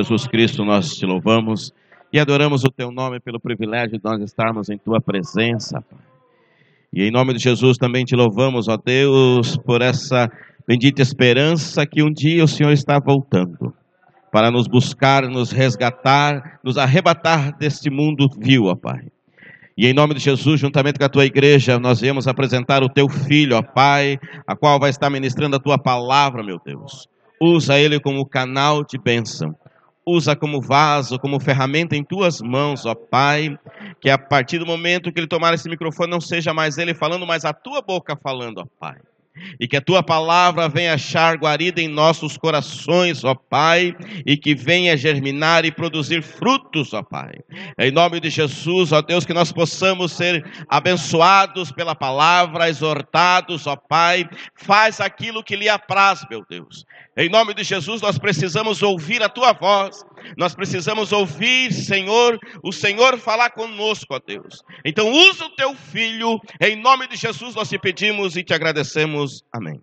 Jesus Cristo, nós te louvamos e adoramos o teu nome pelo privilégio de nós estarmos em tua presença, Pai. E em nome de Jesus também te louvamos, ó Deus, por essa bendita esperança que um dia o Senhor está voltando para nos buscar, nos resgatar, nos arrebatar deste mundo vil, ó Pai. E em nome de Jesus, juntamente com a tua igreja, nós viemos apresentar o teu filho, ó Pai, a qual vai estar ministrando a tua palavra, meu Deus. Usa ele como canal de bênção. Usa como vaso, como ferramenta em tuas mãos, ó Pai, que a partir do momento que ele tomar esse microfone não seja mais ele falando, mas a tua boca falando, ó Pai. E que a tua palavra venha achar guarida em nossos corações, ó Pai, e que venha germinar e produzir frutos, ó Pai. Em nome de Jesus, ó Deus, que nós possamos ser abençoados pela palavra, exortados, ó Pai. Faz aquilo que lhe apraz, meu Deus. Em nome de Jesus, nós precisamos ouvir a tua voz. Nós precisamos ouvir, Senhor, o Senhor falar conosco, ó Deus. Então usa o teu filho, em nome de Jesus nós te pedimos e te agradecemos. Amém.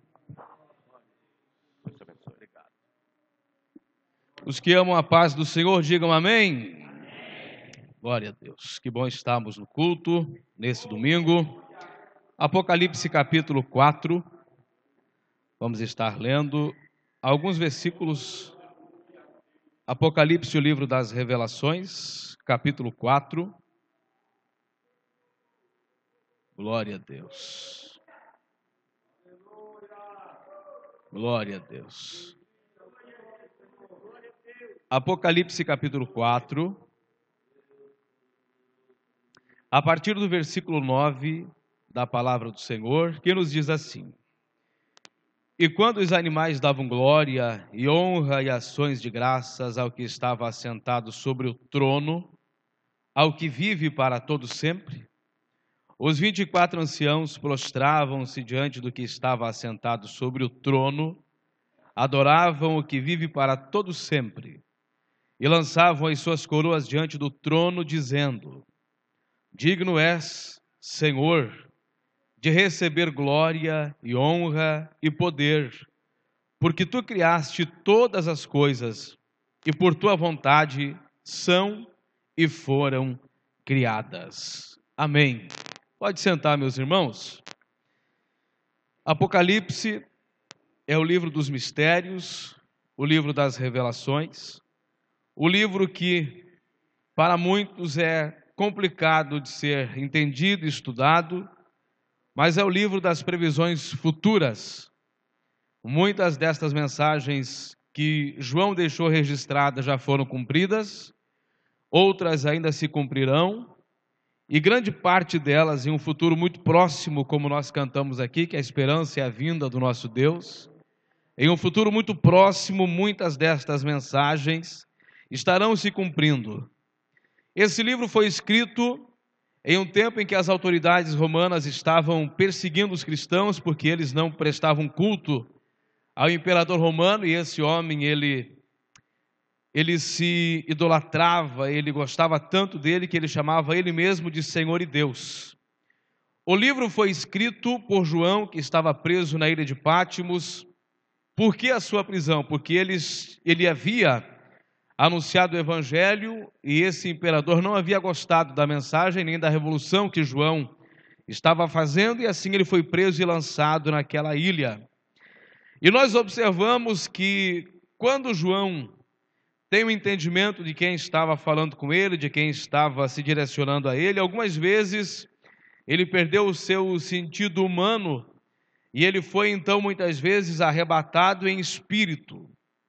Os que amam a paz do Senhor, digam amém. Glória a Deus. Que bom estarmos no culto, nesse domingo. Apocalipse capítulo 4. Vamos estar lendo alguns versículos. Apocalipse, o livro das revelações, capítulo 4. Glória a Deus. Glória a Deus. Apocalipse capítulo 4. A partir do versículo 9 da palavra do Senhor, que nos diz assim: E quando os animais davam glória e honra e ações de graças ao que estava assentado sobre o trono, ao que vive para todo sempre, os 24 anciãos prostravam-se diante do que estava assentado sobre o trono, adoravam o que vive para todo sempre, e lançavam as suas coroas diante do trono, dizendo: Digno és, Senhor, de receber glória e honra e poder, porque tu criaste todas as coisas, e por tua vontade são e foram criadas. Amém. Pode sentar, meus irmãos. Apocalipse é o livro dos mistérios, o livro das revelações, o livro que para muitos é complicado de ser entendido e estudado, mas é o livro das previsões futuras. Muitas destas mensagens que João deixou registradas já foram cumpridas, outras ainda se cumprirão, e grande parte delas em um futuro muito próximo, como nós cantamos aqui, que a esperança é a vinda do nosso Deus. Em um futuro muito próximo, muitas destas mensagens estarão se cumprindo. Esse livro foi escrito em um tempo em que as autoridades romanas estavam perseguindo os cristãos porque eles não prestavam culto ao imperador romano, e esse homem, ele se idolatrava, ele gostava tanto dele que ele chamava ele mesmo de Senhor e Deus. O livro foi escrito por João, que estava preso na ilha de Patmos. Por que a sua prisão? Porque ele havia anunciado o evangelho e esse imperador não havia gostado da mensagem nem da revolução que João estava fazendo, e assim ele foi preso e lançado naquela ilha. E nós observamos que quando João tem o entendimento de quem estava falando com ele, de quem estava se direcionando a ele, algumas vezes ele perdeu o seu sentido humano e ele foi então muitas vezes arrebatado em espírito.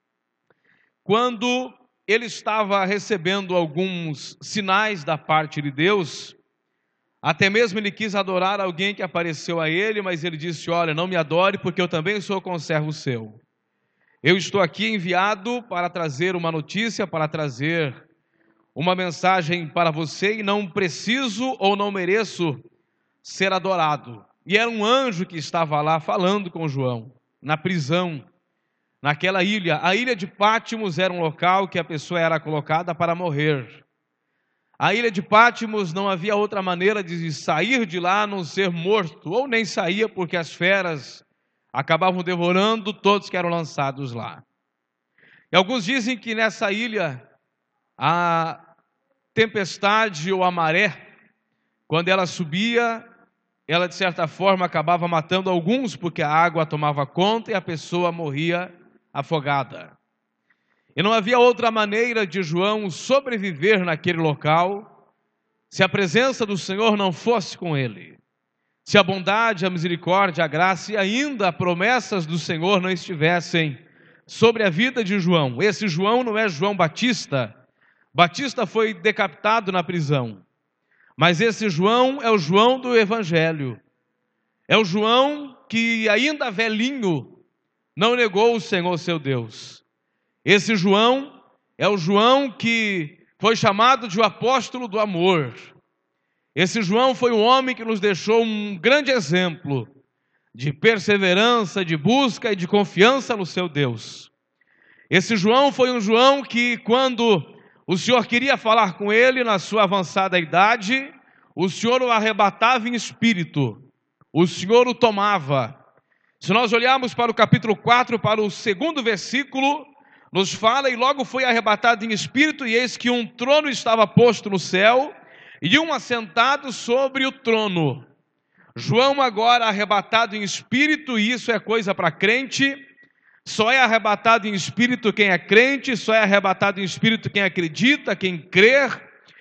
Quando ele estava recebendo alguns sinais da parte de Deus, até mesmo ele quis adorar alguém que apareceu a ele, mas ele disse: olha, não me adore, porque eu também sou conservo seu. Eu estou aqui enviado para trazer uma notícia, para trazer uma mensagem para você, e não preciso ou não mereço ser adorado. E era um anjo que estava lá falando com João, na prisão, naquela ilha. A ilha de Patmos era um local que a pessoa era colocada para morrer. A ilha de Patmos não havia outra maneira de sair de lá a não ser morto, ou nem saía porque as feras acabavam devorando todos que eram lançados lá. E alguns dizem que nessa ilha, a tempestade ou a maré, quando ela subia, ela de certa forma acabava matando alguns, porque a água tomava conta e a pessoa morria afogada. E não havia outra maneira de João sobreviver naquele local, se a presença do Senhor não fosse com ele. Se a bondade, a misericórdia, a graça e ainda as promessas do Senhor não estivessem sobre a vida de João. Esse João não é João Batista. Batista foi decapitado na prisão. Mas esse João é o João do Evangelho. É o João que, ainda velhinho, não negou o Senhor seu Deus. Esse João é o João que foi chamado de o apóstolo do amor. Esse João foi o homem que nos deixou um grande exemplo de perseverança, de busca e de confiança no seu Deus. Esse João foi um João que, quando o Senhor queria falar com ele na sua avançada idade, o Senhor o arrebatava em espírito, o Senhor o tomava. Se nós olharmos para o capítulo 4, para o 2º versículo, nos fala: e logo foi arrebatado em espírito, e eis que um trono estava posto no céu, e um assentado sobre o trono. João agora arrebatado em espírito, e isso é coisa para crente. Só é arrebatado em espírito quem é crente, só é arrebatado em espírito quem acredita, quem crer.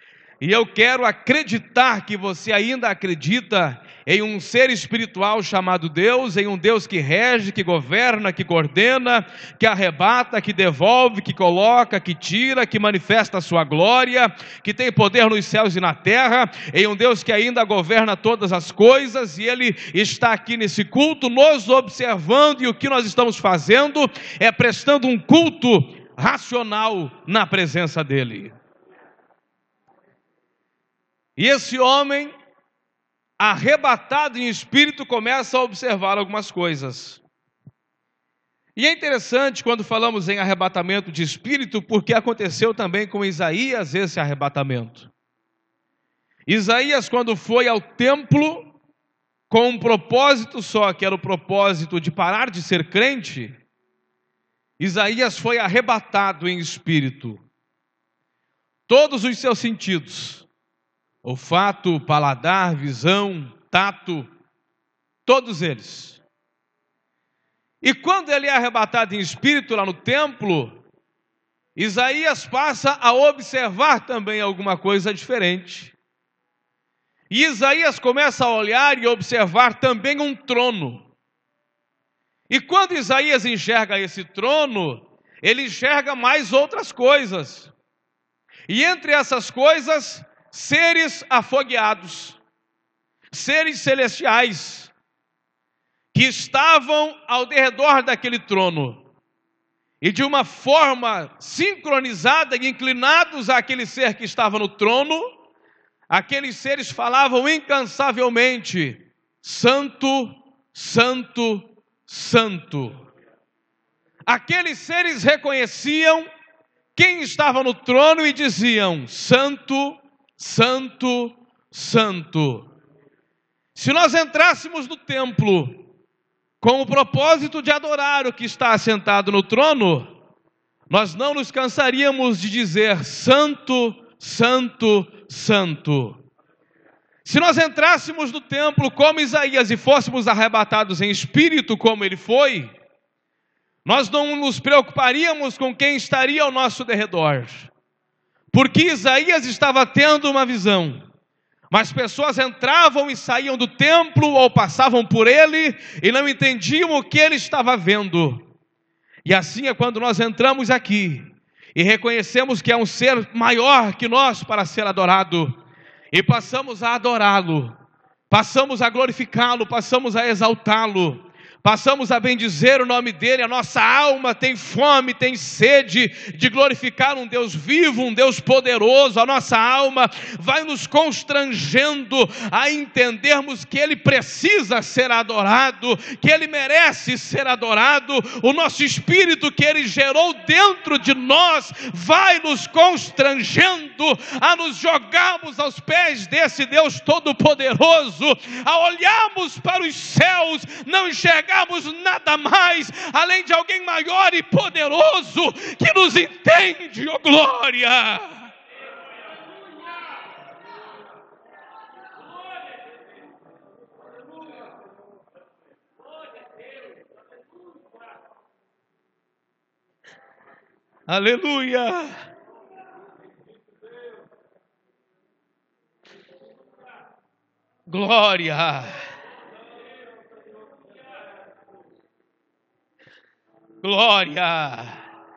E eu quero acreditar que você ainda acredita em um ser espiritual chamado Deus, em um Deus que rege, que governa, que coordena, que arrebata, que devolve, que coloca, que tira, que manifesta a sua glória, que tem poder nos céus e na terra, em um Deus que ainda governa todas as coisas, e Ele está aqui nesse culto, nos observando, e o que nós estamos fazendo é prestando um culto racional na presença dEle. E esse homem, arrebatado em espírito, começa a observar algumas coisas. E é interessante quando falamos em arrebatamento de espírito, porque aconteceu também com Isaías esse arrebatamento. Isaías, quando foi ao templo, com um propósito só, que era o propósito de parar de ser crente, Isaías foi arrebatado em espírito. Todos os seus sentidos, olfato, paladar, visão, tato, todos eles. E quando ele é arrebatado em espírito lá no templo, Isaías passa a observar também alguma coisa diferente. E Isaías começa a olhar e observar também um trono. E quando Isaías enxerga esse trono, ele enxerga mais outras coisas. E entre essas coisas, seres afogueados, seres celestiais, que estavam ao redor daquele trono, e de uma forma sincronizada e inclinados àquele ser que estava no trono, aqueles seres falavam incansavelmente: Santo, Santo, Santo. Aqueles seres reconheciam quem estava no trono e diziam: Santo, Santo, Santo. Se nós entrássemos no templo com o propósito de adorar o que está assentado no trono, nós não nos cansaríamos de dizer: Santo, Santo, Santo. Se nós entrássemos no templo como Isaías e fôssemos arrebatados em espírito como ele foi, nós não nos preocuparíamos com quem estaria ao nosso derredor. Porque Isaías estava tendo uma visão, mas pessoas entravam e saíam do templo ou passavam por ele e não entendiam o que ele estava vendo. E assim é quando nós entramos aqui e reconhecemos que é um ser maior que nós para ser adorado, e passamos a adorá-lo, passamos a glorificá-lo, passamos a exaltá-lo, passamos a bendizer o nome dele. A nossa alma tem fome, tem sede de glorificar um Deus vivo, um Deus poderoso. A nossa alma vai nos constrangendo a entendermos que ele precisa ser adorado, que ele merece ser adorado. O nosso espírito que ele gerou dentro de nós vai nos constrangendo a nos jogarmos aos pés desse Deus todo-poderoso, a olharmos para os céus, não enxergar enxergarmos nada mais além de alguém maior e poderoso que nos entende, ó glória! Aleluia! Glória! Glória!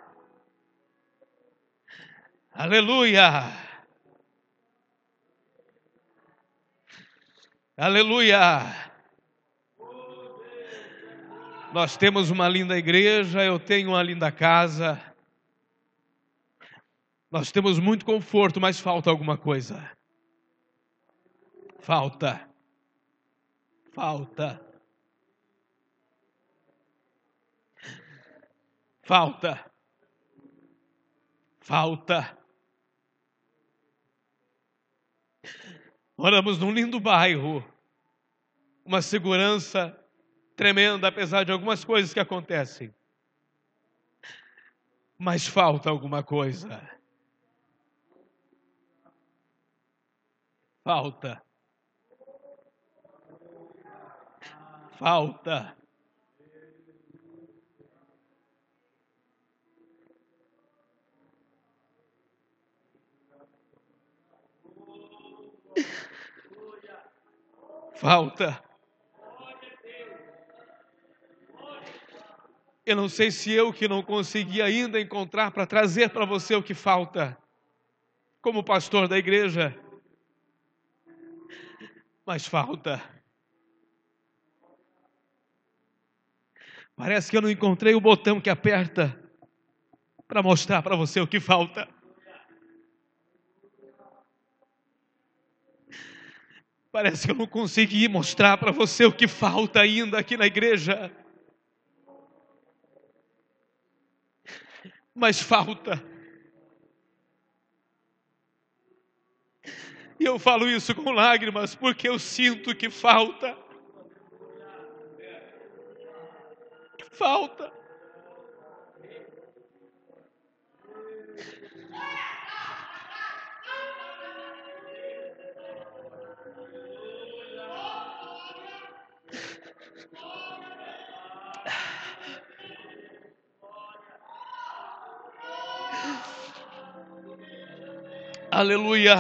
Aleluia! Aleluia! Nós temos uma linda igreja, eu tenho uma linda casa. Nós temos muito conforto, mas falta alguma coisa. Falta. Falta. Falta. Falta. Moramos num lindo bairro, uma segurança tremenda, apesar de algumas coisas que acontecem. Mas falta alguma coisa. Falta. Falta. Falta. Eu não sei se eu que não consegui ainda encontrar para trazer para você o que falta, como pastor da igreja, mas falta. Parece que eu não encontrei o botão que aperta para mostrar para você o que falta. Parece que eu não consegui mostrar para você o que falta ainda aqui na igreja. Mas falta. E eu falo isso com lágrimas porque eu sinto que falta. Falta. Aleluia.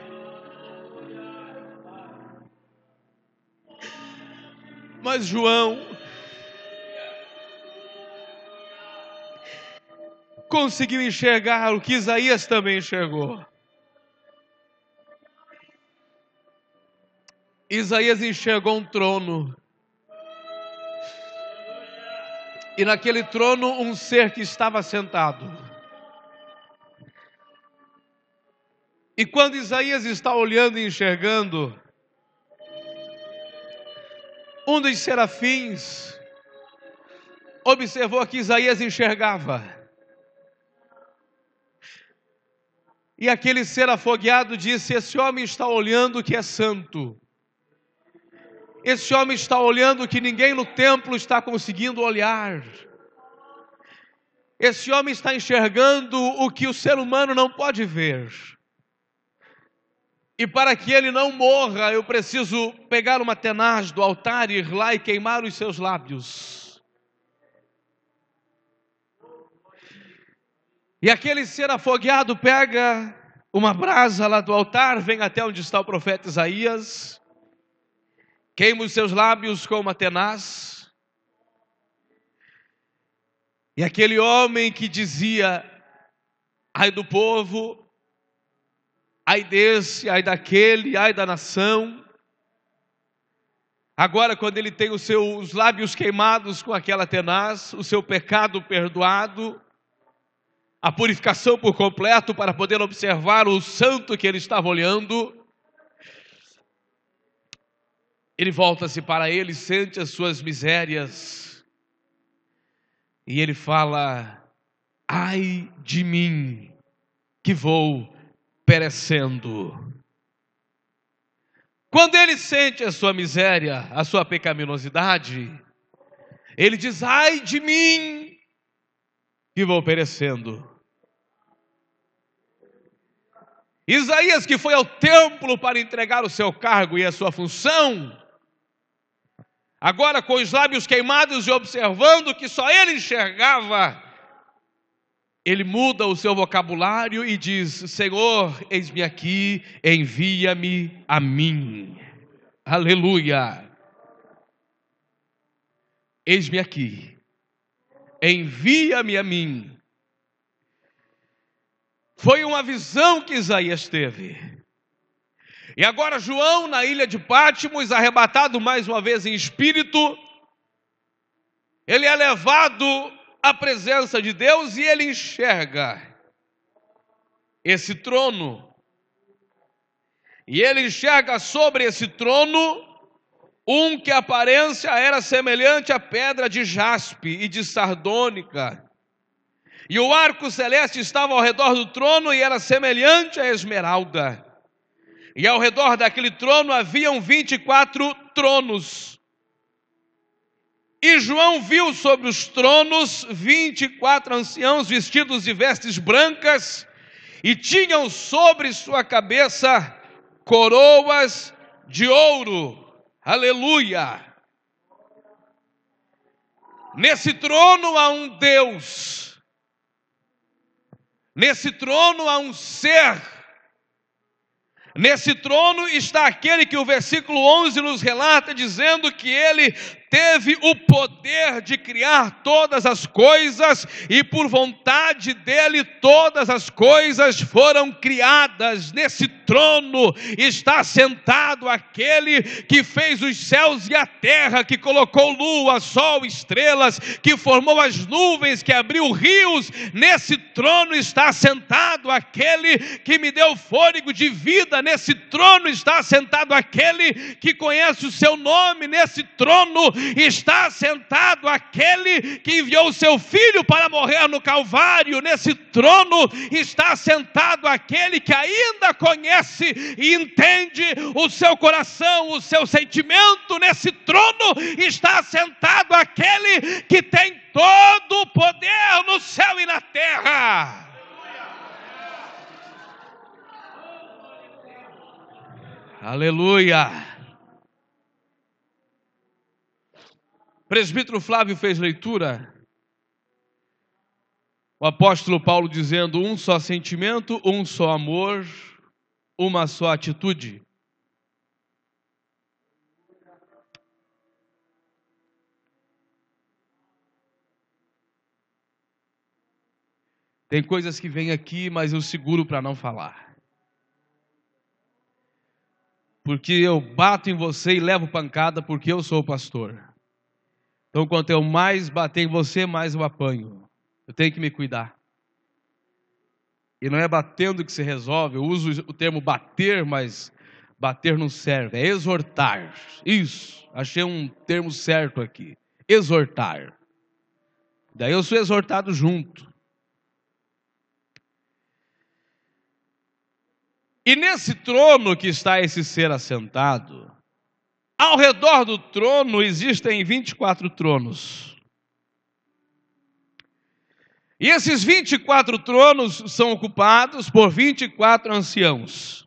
Mas João conseguiu enxergar o que Isaías também enxergou. Isaías enxergou um trono. E naquele trono um ser que estava sentado. E quando Isaías está olhando e enxergando, um dos serafins observou que Isaías enxergava. E aquele ser afogueado disse: esse homem está olhando que é santo. Esse homem está olhando que ninguém no templo está conseguindo olhar. Esse homem está enxergando o que o ser humano não pode ver. E para que ele não morra, eu preciso pegar uma tenaz do altar, ir lá e queimar os seus lábios. E aquele ser afogueado pega uma brasa lá do altar, vem até onde está o profeta Isaías, queima os seus lábios com uma tenaz. E aquele homem que dizia: ai do povo, ai desse, ai daquele, ai da nação. Agora, quando ele tem os seus lábios queimados com aquela tenaz, o seu pecado perdoado, a purificação por completo para poder observar o santo que ele estava olhando, ele volta-se para ele, sente as suas misérias, e ele fala: ai de mim, que vou perecendo. Quando ele sente a sua miséria, a sua pecaminosidade, Ele diz: ai de mim, que vou perecendo. Isaías, que foi ao templo para entregar o seu cargo e a sua função, agora com os lábios queimados e observando que só ele enxergava, ele muda o seu vocabulário e diz: Senhor, eis-me aqui, envia-me a mim. Aleluia. Eis-me aqui, envia-me a mim. Foi uma visão que Isaías teve. E agora João, na ilha de Pátimos, arrebatado mais uma vez em espírito, ele é levado à presença de Deus e ele enxerga esse trono. E ele enxerga sobre esse trono um que a aparência era semelhante à pedra de jaspe e de sardônica. E o arco celeste estava ao redor do trono e era semelhante à esmeralda. E ao redor daquele trono haviam 24 tronos. E João viu sobre os tronos 24 anciãos vestidos de vestes brancas e tinham sobre sua cabeça coroas de ouro. Aleluia! Nesse trono há um Deus. Nesse trono há um ser. Nesse trono está aquele que o versículo 11 nos relata, dizendo que ele teve o poder de criar todas as coisas e por vontade dele todas as coisas foram criadas. Nesse trono está sentado aquele que fez os céus e a terra, que colocou lua, sol, estrelas, que formou as nuvens, que abriu rios. Nesse trono está sentado aquele que me deu fôlego de vida. Nesse trono está sentado aquele que conhece o seu nome. Nesse trono está sentado aquele que enviou o seu filho para morrer no Calvário. Nesse trono está sentado aquele que ainda conhece e entende o seu coração, o seu sentimento. Nesse trono está sentado aquele que tem todo o poder no céu e na terra. Aleluia. Presbítero Flávio fez leitura, o apóstolo Paulo dizendo: um só sentimento, um só amor, uma só atitude. Tem coisas que vêm aqui, mas eu seguro para não falar. Porque eu bato em você e levo pancada, porque eu sou o pastor. Então, quanto eu mais bater em você, mais eu apanho. Eu tenho que me cuidar. E não é batendo que se resolve. Eu uso o termo bater, mas bater não serve. É exortar. Isso. Achei um termo certo aqui. Exortar. Daí eu sou exortado junto. E nesse trono que está esse ser assentado, ao redor do trono existem 24 tronos. E esses 24 tronos são ocupados por 24 anciãos.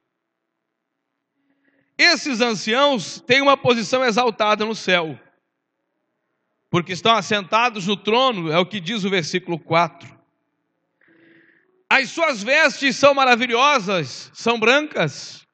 Esses anciãos têm uma posição exaltada no céu, porque estão assentados no trono, é o que diz o versículo 4. As suas vestes são maravilhosas, são brancas.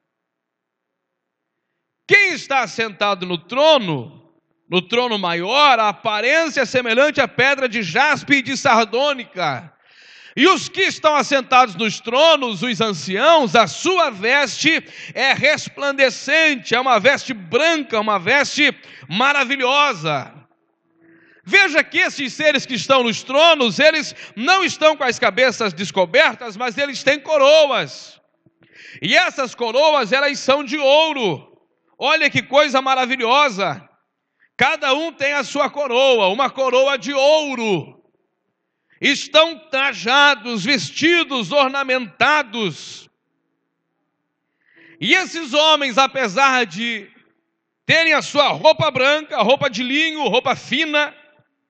Quem está sentado no trono maior, a aparência é semelhante à pedra de jaspe e de sardônica. E os que estão assentados nos tronos, os anciãos, a sua veste é resplandecente, é uma veste branca, uma veste maravilhosa. Veja que esses seres que estão nos tronos, eles não estão com as cabeças descobertas, mas eles têm coroas. E essas coroas, elas são de ouro. Olha que coisa maravilhosa. Cada um tem a sua coroa, uma coroa de ouro. Estão trajados, vestidos, ornamentados. E esses homens, apesar de terem a sua roupa branca, roupa de linho, roupa fina,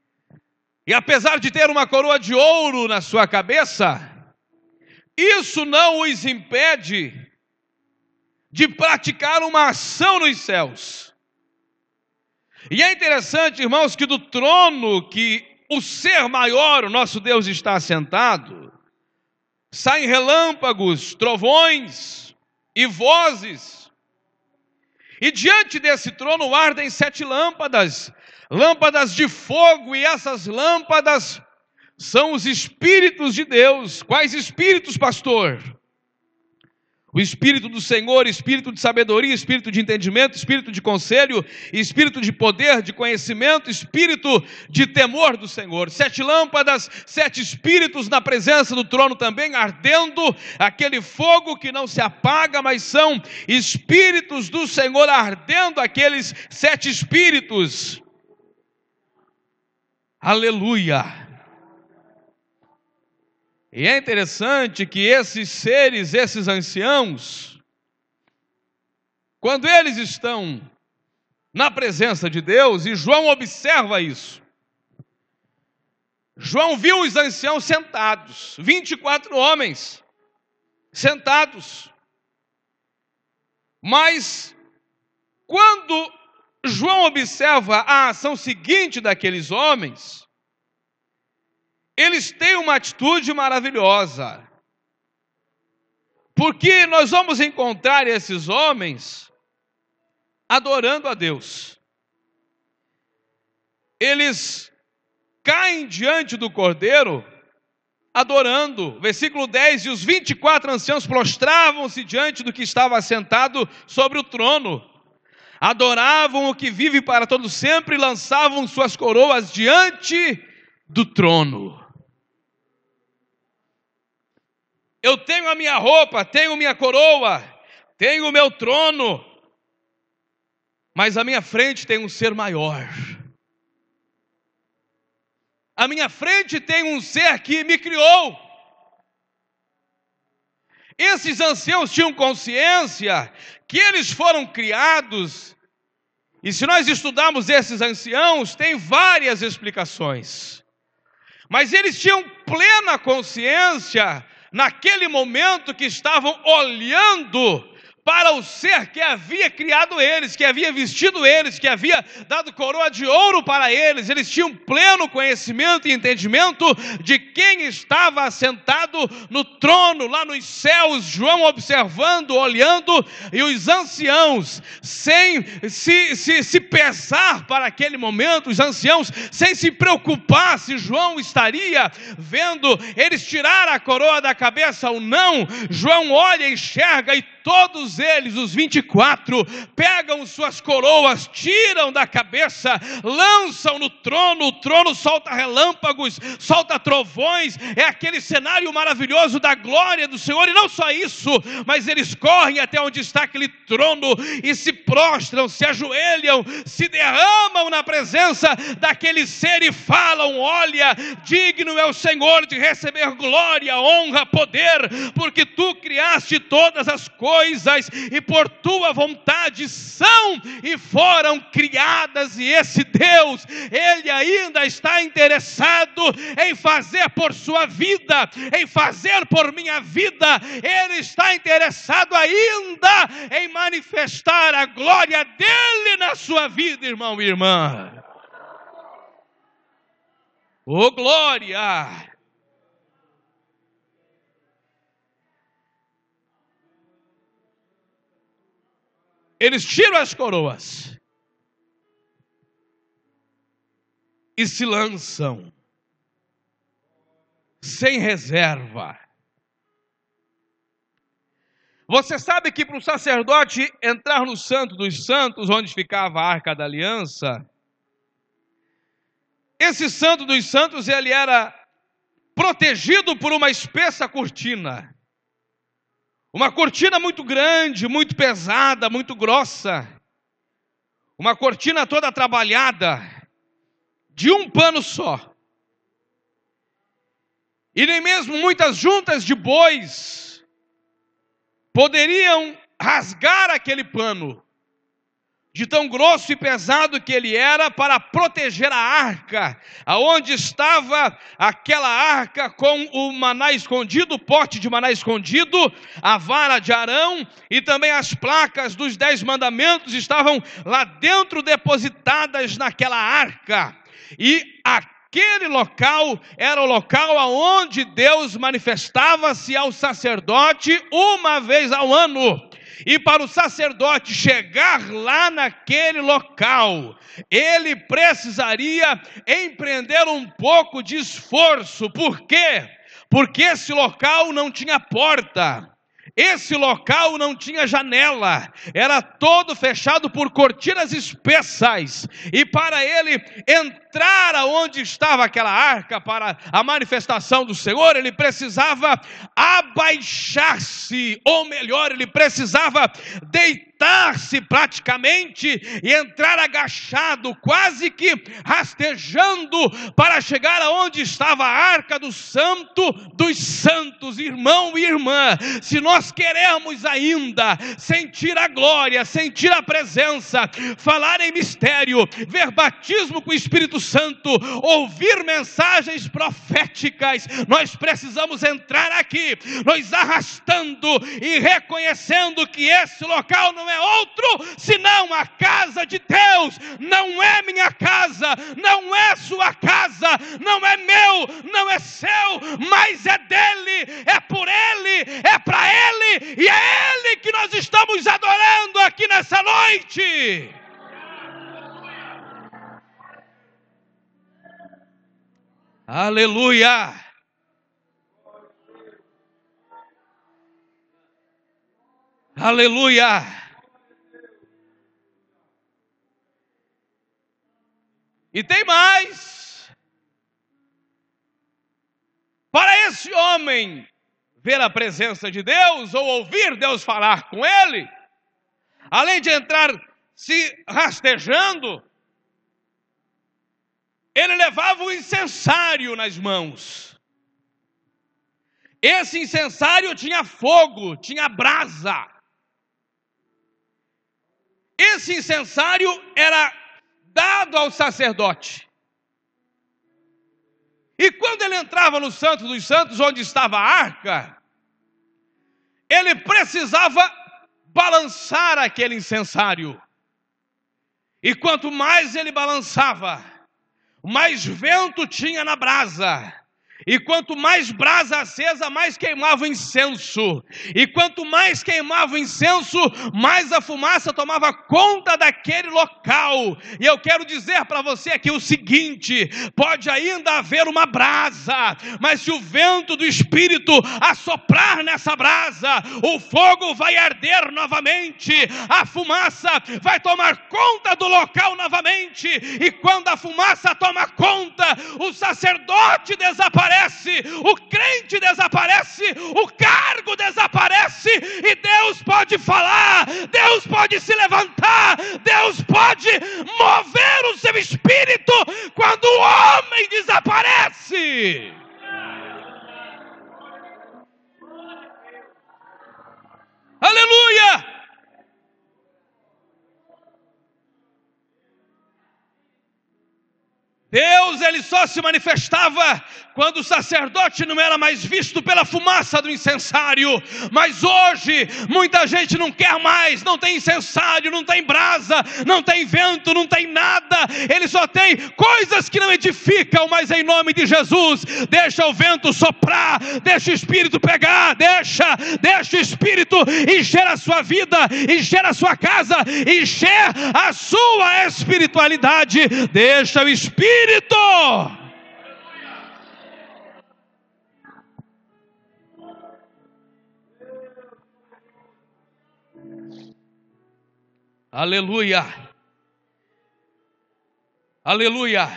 E apesar de ter uma coroa de ouro na sua cabeça, isso não os impede de praticar uma ação nos céus. E é interessante, irmãos, que do trono que o ser maior, o nosso Deus, está assentado, saem relâmpagos, trovões e vozes. E diante desse trono ardem 7 lâmpadas, lâmpadas de fogo, e essas lâmpadas são os Espíritos de Deus. Quais Espíritos, pastor? O Espírito do Senhor, Espírito de sabedoria, Espírito de entendimento, Espírito de conselho, Espírito de poder, de conhecimento, Espírito de temor do Senhor. 7 lâmpadas, 7 Espíritos na presença do trono também, ardendo aquele fogo que não se apaga, mas são Espíritos do Senhor ardendo, aqueles 7 Espíritos. Aleluia! E é interessante que esses seres, esses anciãos, quando eles estão na presença de Deus, e João observa isso, João viu os anciãos sentados, 24 homens sentados, mas quando João observa a ação seguinte daqueles homens, eles têm uma atitude maravilhosa, porque nós vamos encontrar esses homens adorando a Deus. Eles caem diante do Cordeiro, adorando. Versículo 10, e os 24 anciãos prostravam-se diante do que estava assentado sobre o trono. Adoravam o que vive para todo sempre e lançavam suas coroas diante do trono. Eu tenho a minha roupa, tenho minha coroa, tenho o meu trono, mas à minha frente tem um ser maior. À minha frente tem um ser que me criou. Esses anciãos tinham consciência que eles foram criados, e se nós estudarmos esses anciãos, tem várias explicações, mas eles tinham plena consciência naquele momento que estavam olhando para o ser que havia criado eles, que havia vestido eles, que havia dado coroa de ouro para eles. Eles tinham pleno conhecimento e entendimento de quem estava assentado no trono lá nos céus. João observando, olhando, e os anciãos, sem se pesar para aquele momento, os anciãos, sem se preocupar se João estaria vendo eles tirar a coroa da cabeça ou não, João olha, enxerga, e todos eles, os 24, pegam suas coroas, tiram da cabeça, lançam no trono. O trono solta relâmpagos, solta trovões, é aquele cenário maravilhoso da glória do Senhor. E não só isso, mas eles correm até onde está aquele trono e se prostram, se ajoelham, se derramam na presença daquele ser e falam: olha, digno é o Senhor de receber glória, honra, poder, porque tu criaste todas as coisas e por tua vontade são e foram criadas. E esse Deus, Ele ainda está interessado em fazer por sua vida, em fazer por minha vida. Ele está interessado ainda em manifestar a glória dEle na sua vida, irmão e irmã. Oh, glória! Eles tiram as coroas e se lançam sem reserva. Você sabe que para o sacerdote entrar no Santo dos Santos, onde ficava a Arca da Aliança, esse Santo dos Santos, ele era protegido por uma espessa cortina. Uma cortina muito grande, muito pesada, muito grossa. Uma cortina toda trabalhada, de um pano só. E nem mesmo muitas juntas de bois poderiam rasgar aquele pano, de tão grosso e pesado que ele era, para proteger a arca, aonde estava aquela arca com o maná escondido, o pote de maná escondido, a vara de Arão e também as placas dos 10 mandamentos estavam lá dentro depositadas naquela arca. E aquele local era o local aonde Deus manifestava-se ao sacerdote uma vez ao ano. E para o sacerdote chegar lá naquele local, ele precisaria empreender um pouco de esforço. Por quê? Porque esse local não tinha porta. Esse local não tinha janela, era todo fechado por cortinas espessas, e para ele entrar aonde estava aquela arca, para a manifestação do Senhor, ele precisava abaixar-se, ou melhor, ele precisava deitar-se praticamente e entrar agachado, quase que rastejando, para chegar aonde estava a arca do Santo dos Santos. Irmão e irmã, se nós queremos ainda sentir a glória, sentir a presença, falar em mistério, ver batismo com o Espírito Santo, ouvir mensagens proféticas, nós precisamos entrar aqui, nos arrastando e reconhecendo que esse local não é outro senão a casa de Deus. Não é minha casa, não é sua casa, não é meu, não é seu, mas é dele, é por ele, é para ele, e é ele que nós estamos adorando aqui nessa noite. Aleluia! Aleluia! E tem mais. Para esse homem ver a presença de Deus, ou ouvir Deus falar com ele, além de entrar se rastejando, ele levava um incensário nas mãos. Esse incensário tinha fogo, tinha brasa. Esse incensário era dado ao sacerdote. E quando ele entrava no Santo dos Santos, onde estava a arca, ele precisava balançar aquele incensário. E quanto mais ele balançava, mais vento tinha na brasa. E quanto mais brasa acesa, mais queimava o incenso. E quanto mais queimava o incenso, mais a fumaça tomava conta daquele local. E eu quero dizer para você aqui o seguinte: pode ainda haver uma brasa, mas se o vento do Espírito assoprar nessa brasa, o fogo vai arder novamente, a fumaça vai tomar conta do local novamente. E quando a fumaça toma conta, o sacerdote desaparece, o crente desaparece, o cargo desaparece, e Deus pode falar, Deus pode se levantar, Deus pode mover o seu espírito quando o homem desaparece. Aleluia! Deus, ele só se manifestava quando o sacerdote não era mais visto pela fumaça do incensário. Mas hoje, muita gente não quer mais, não tem incensário, não tem brasa, não tem vento, não tem nada. Ele só tem coisas que não edificam, mas em nome de Jesus, deixa o vento soprar, deixa o Espírito pegar, deixa o Espírito encher a sua vida, encher a sua casa, encher a sua espiritualidade. Deixa o Espírito. Aleluia. Aleluia.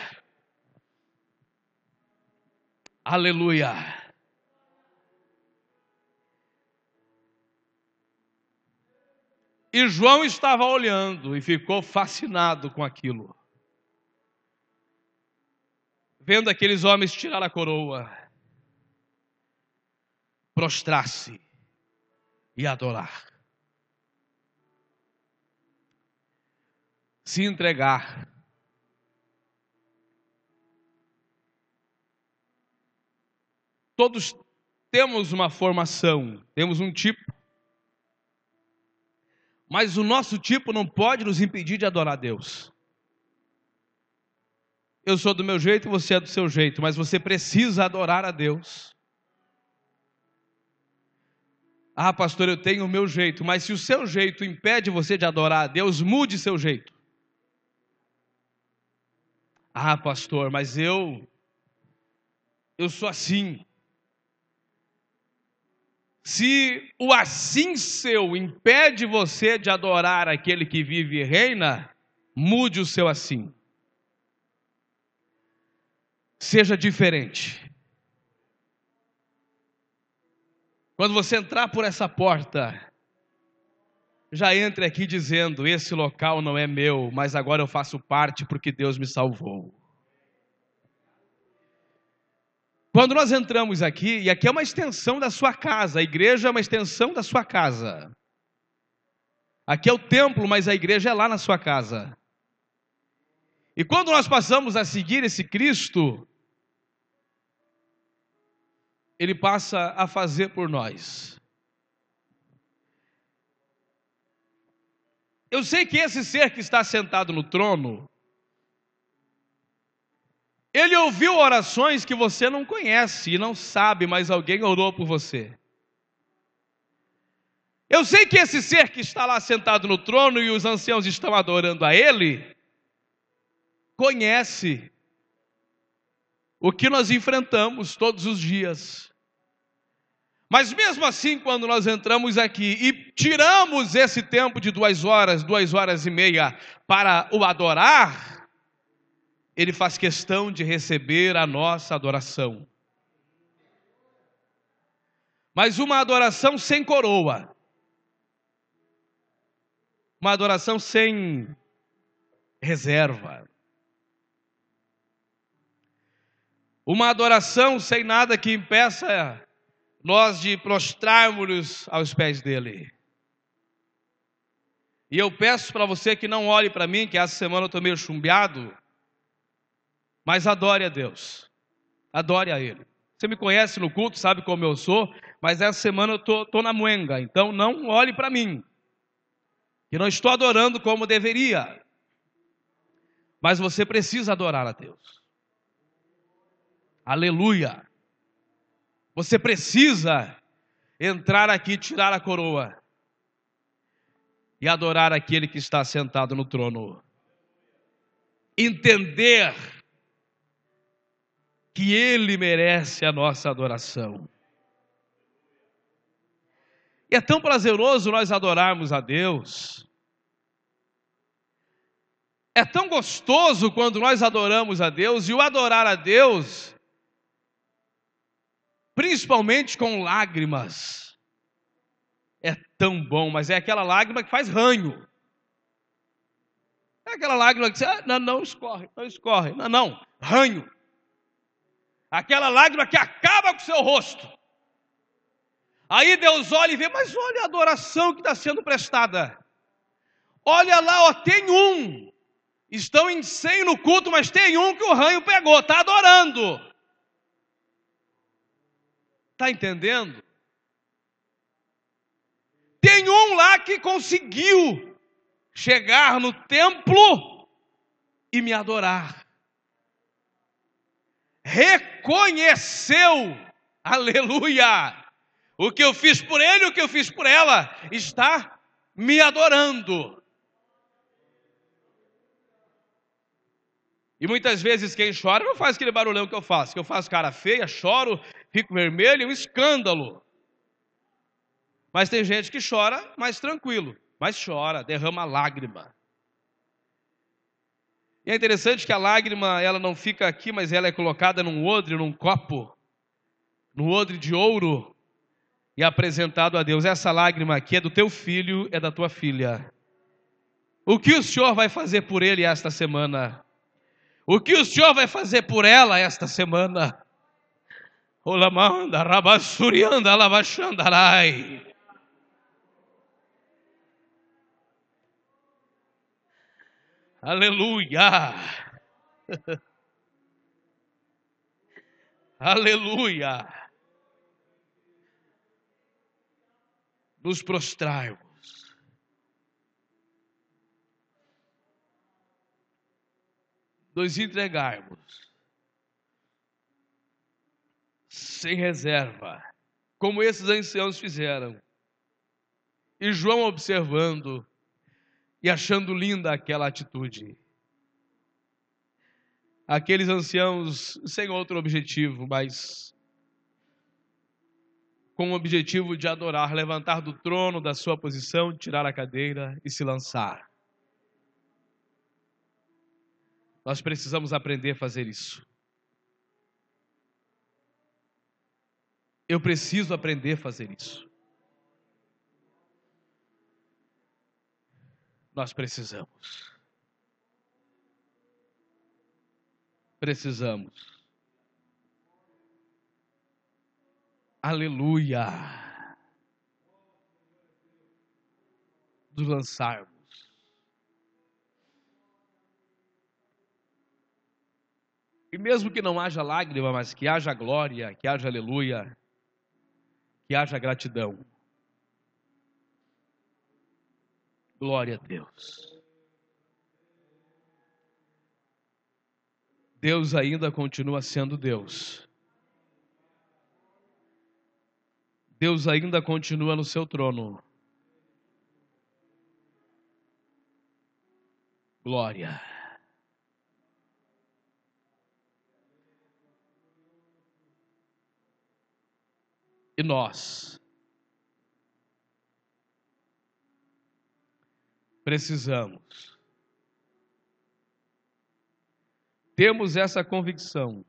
Aleluia. E João estava olhando e ficou fascinado com aquilo, vendo aqueles homens tirar a coroa, prostrar-se e adorar. se entregar. Todos temos uma formação, temos um tipo, mas o nosso tipo não pode nos impedir de adorar a Deus. Eu sou do meu jeito, você é do seu jeito, mas você precisa adorar a Deus. Ah, pastor, eu tenho o meu jeito, mas se o seu jeito impede você de adorar a Deus, mude seu jeito. Ah, pastor, mas eu sou assim. Se o assim seu impede você de adorar aquele que vive e reina, mude o seu assim. Seja diferente. Quando você entrar por essa porta, já entre aqui dizendo: esse local não é meu, mas agora eu faço parte porque Deus me salvou. Quando nós entramos aqui, e aqui é uma extensão da sua casa, a igreja é uma extensão da sua casa. Aqui é o templo, mas a igreja é lá na sua casa. E quando nós passamos a seguir esse Cristo, Ele passa a fazer por nós. Eu sei que esse ser que está sentado no trono, ele ouviu orações que você não conhece e não sabe, mas alguém orou por você. Eu sei que esse ser que está lá sentado no trono e os anciãos estão adorando a ele, conhece o que nós enfrentamos todos os dias. Mas mesmo assim, quando nós entramos aqui e tiramos esse tempo de 2 horas e meia para o adorar, Ele faz questão de receber a nossa adoração. Mas uma adoração sem coroa. Uma adoração sem reserva. Uma adoração sem nada que impeça nós de prostrarmos aos pés dele. E eu peço para você que não olhe para mim, que essa semana eu estou meio chumbeado, mas adore a Deus, adore a Ele. Você me conhece no culto, sabe como eu sou, mas essa semana eu estou na muenga, então não olhe para mim, que não estou adorando como deveria, mas você precisa adorar a Deus. Aleluia! Você precisa entrar aqui, tirar a coroa e adorar aquele que está sentado no trono. Entender que Ele merece a nossa adoração. E é tão prazeroso nós adorarmos a Deus. É tão gostoso quando nós adoramos a Deus, e o adorar a Deus, principalmente com lágrimas, é tão bom, mas é aquela lágrima que faz ranho. É aquela lágrima que você, não escorre, não, ranho. Aquela lágrima que acaba com o seu rosto. Aí Deus olha e vê, mas olha a adoração que está sendo prestada. Olha lá, tem um. Estão em 100 no culto, mas tem um que o ranho pegou, está adorando. Está entendendo? Tem um lá que conseguiu chegar no templo e me adorar. Reconheceu, aleluia, o que eu fiz por ele, o que eu fiz por ela, está me adorando. E muitas vezes quem chora não faz aquele barulhão que eu faço cara feia, choro, fico vermelho, é um escândalo. Mas tem gente que chora mais tranquilo, mas chora, derrama lágrima. E é interessante que a lágrima, ela não fica aqui, mas ela é colocada num odre, num copo, num odre de ouro, e apresentado a Deus. Essa lágrima aqui é do teu filho, é da tua filha. O que o Senhor vai fazer por ele esta semana? O que o Senhor vai fazer por ela esta semana? Olamanda, rabassurianda, lavachandarai. Aleluia! Aleluia! Nos prostrarmos, nos entregarmos, sem reserva, como esses anciãos fizeram. E João observando e achando linda aquela atitude. Aqueles anciãos sem outro objetivo, mas com o objetivo de adorar, levantar do trono da sua posição, tirar a cadeira e se lançar. Nós precisamos aprender a fazer isso. Eu preciso aprender a fazer isso. Nós precisamos. Precisamos. Aleluia. Nos lançarmos. E mesmo que não haja lágrima, mas que haja glória, que haja aleluia, que haja gratidão. Glória a Deus. Deus ainda continua sendo Deus. Deus ainda continua no seu trono. Glória. E nós precisamos. Temos essa convicção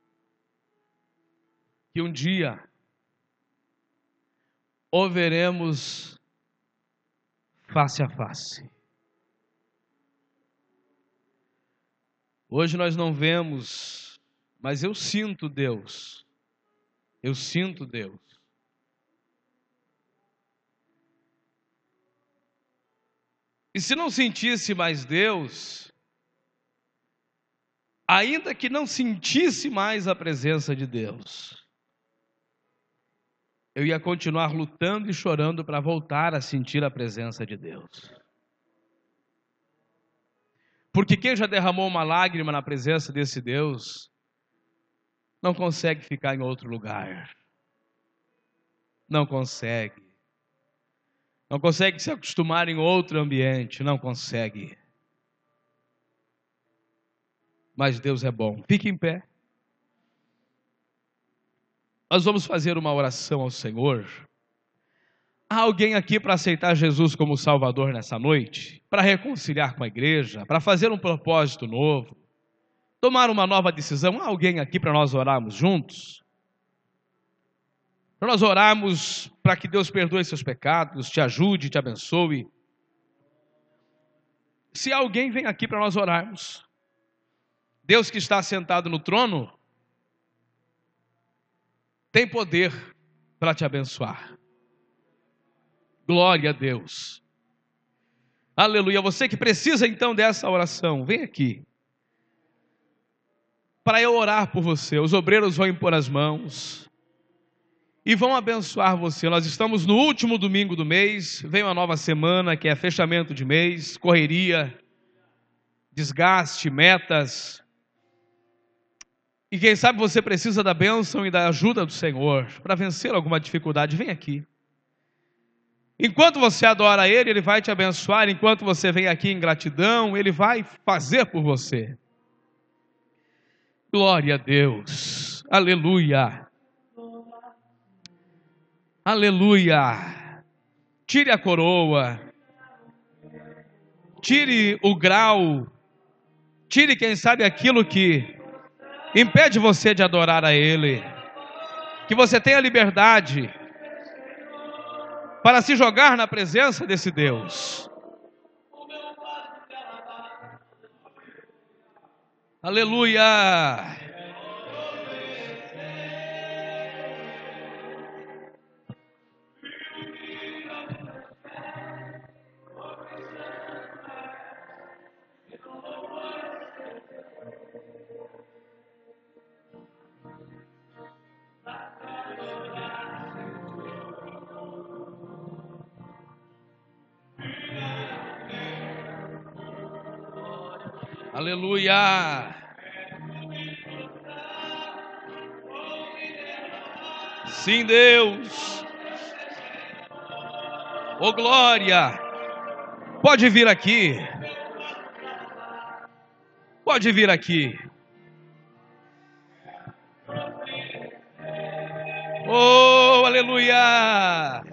que um dia o veremos face a face. Hoje nós não vemos, mas eu sinto Deus. Eu sinto Deus. E se não sentisse mais Deus, ainda que não sentisse mais a presença de Deus, eu ia continuar lutando e chorando para voltar a sentir a presença de Deus. Porque quem já derramou uma lágrima na presença desse Deus, não consegue ficar em outro lugar. Não consegue. Não consegue se acostumar em outro ambiente, não consegue. Mas Deus é bom. Fique em pé. Nós vamos fazer uma oração ao Senhor. Há alguém aqui para aceitar Jesus como Salvador nessa noite? Para reconciliar com a igreja? Para fazer um propósito novo? Tomar uma nova decisão? Há alguém aqui para nós orarmos juntos? Para nós orarmos para que Deus perdoe seus pecados, te ajude, te abençoe. Se alguém vem aqui para nós orarmos, Deus que está sentado no trono, tem poder para te abençoar. Glória a Deus. Aleluia. Você que precisa então dessa oração, vem aqui. Para eu orar por você. Os obreiros vão impor as mãos e vão abençoar você. Nós estamos no último domingo do mês, vem uma nova semana que é fechamento de mês, correria, desgaste, metas. E quem sabe você precisa da bênção e da ajuda do Senhor para vencer alguma dificuldade. Vem aqui. Enquanto você adora Ele, Ele vai te abençoar. Enquanto você vem aqui em gratidão, Ele vai fazer por você. Glória a Deus. Aleluia. Aleluia. Tire a coroa. Tire o grau. Tire, quem sabe, aquilo que impede você de adorar a Ele. Que você tenha liberdade para se jogar na presença desse Deus. Aleluia. Aleluia. Sim, Deus. Ô, glória. Pode vir aqui. Pode vir aqui. Oh, aleluia.